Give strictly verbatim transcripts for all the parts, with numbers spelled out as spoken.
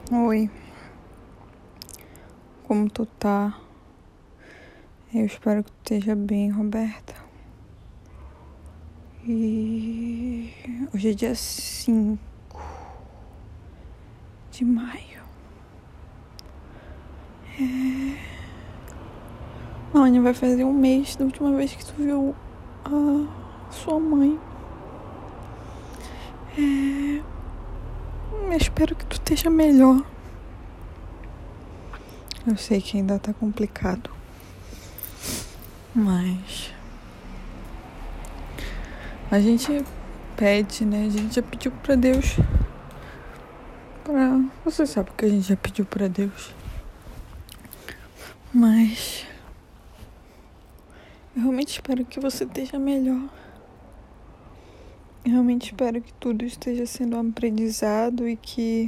Oi, como tu tá? Eu espero que tu esteja bem, Roberta. E hoje é dia cinco de maio. É... Amanhã vai fazer um mês da última vez que tu viu a sua mãe. É... Eu espero que tu esteja melhor. Eu sei que ainda tá complicado, mas a gente pede, né? A gente já pediu pra Deus. Pra... Você sabe que a gente já pediu pra Deus. Mas eu realmente espero que você esteja melhor. Eu realmente espero que tudo esteja sendo um aprendizado e que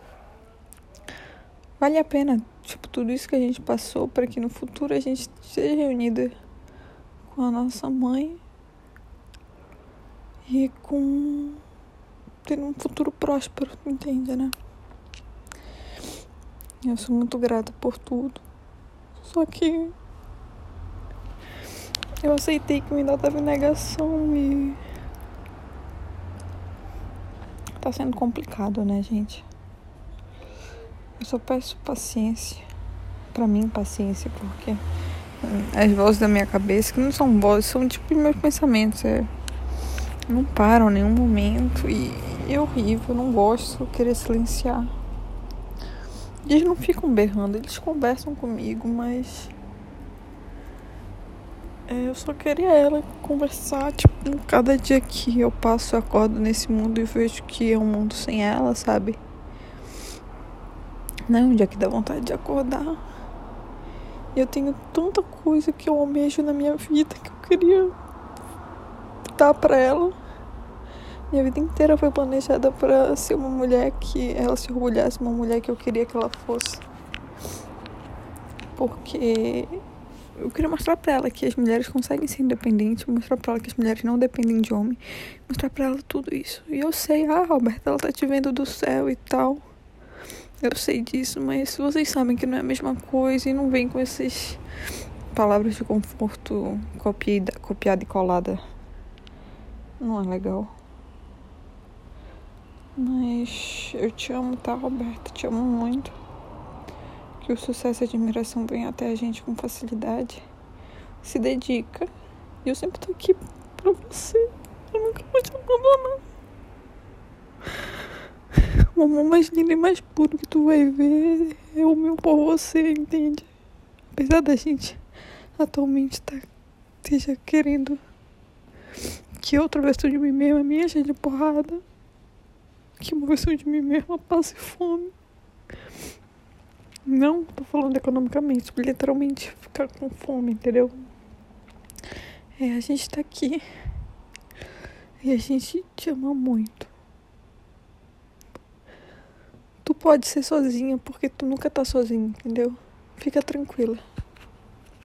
vale a pena, tipo, tudo isso que a gente passou para que no futuro a gente esteja reunida com a nossa mãe e com ter um futuro próspero, entende, né? Eu sou muito grata por tudo. Só que eu aceitei que eu ainda tava em negação e tá sendo complicado, né, gente? Eu só peço paciência. Pra mim, paciência, porque as vozes da minha cabeça, que não são vozes, são tipo meus pensamentos, é, não param em nenhum momento e é horrível, eu não gosto, eu queria silenciar. Eles não ficam berrando, eles conversam comigo, mas é, eu só queria ela conversar, tipo, cada dia que eu passo, eu acordo nesse mundo e vejo que é um mundo sem ela, sabe? Não é um dia que dá vontade de acordar. Eu tenho tanta coisa que eu almejo na minha vida que eu queria dar pra ela. Minha vida inteira foi planejada pra ser uma mulher que ela se orgulhasse, uma mulher que eu queria que ela fosse. Porque eu queria mostrar pra ela que as mulheres conseguem ser independentes, mostrar pra ela que as mulheres não dependem de homem, mostrar pra ela tudo isso. E eu sei, ah, Roberta, ela tá te vendo do céu e tal. Eu sei disso, mas vocês sabem que não é a mesma coisa e não vem com essas palavras de conforto copiada, copiada e colada. Não é legal. Mas eu te amo, tá, Roberta? Te amo muito. Que o sucesso e a admiração venham até a gente com facilidade. Se dedica. E eu sempre tô aqui pra você. Eu nunca vou te abandonar. O amor mais lindo e mais puro que tu vai ver é o meu por você, entende? Apesar da gente atualmente tá, esteja querendo que outra versão de mim mesma me encha de porrada, que uma versão de mim mesma passe fome. Não tô falando economicamente, literalmente ficar com fome, entendeu? É, a gente tá aqui e a gente te ama muito. Tu pode ser sozinha porque tu nunca tá sozinha, entendeu? Fica tranquila.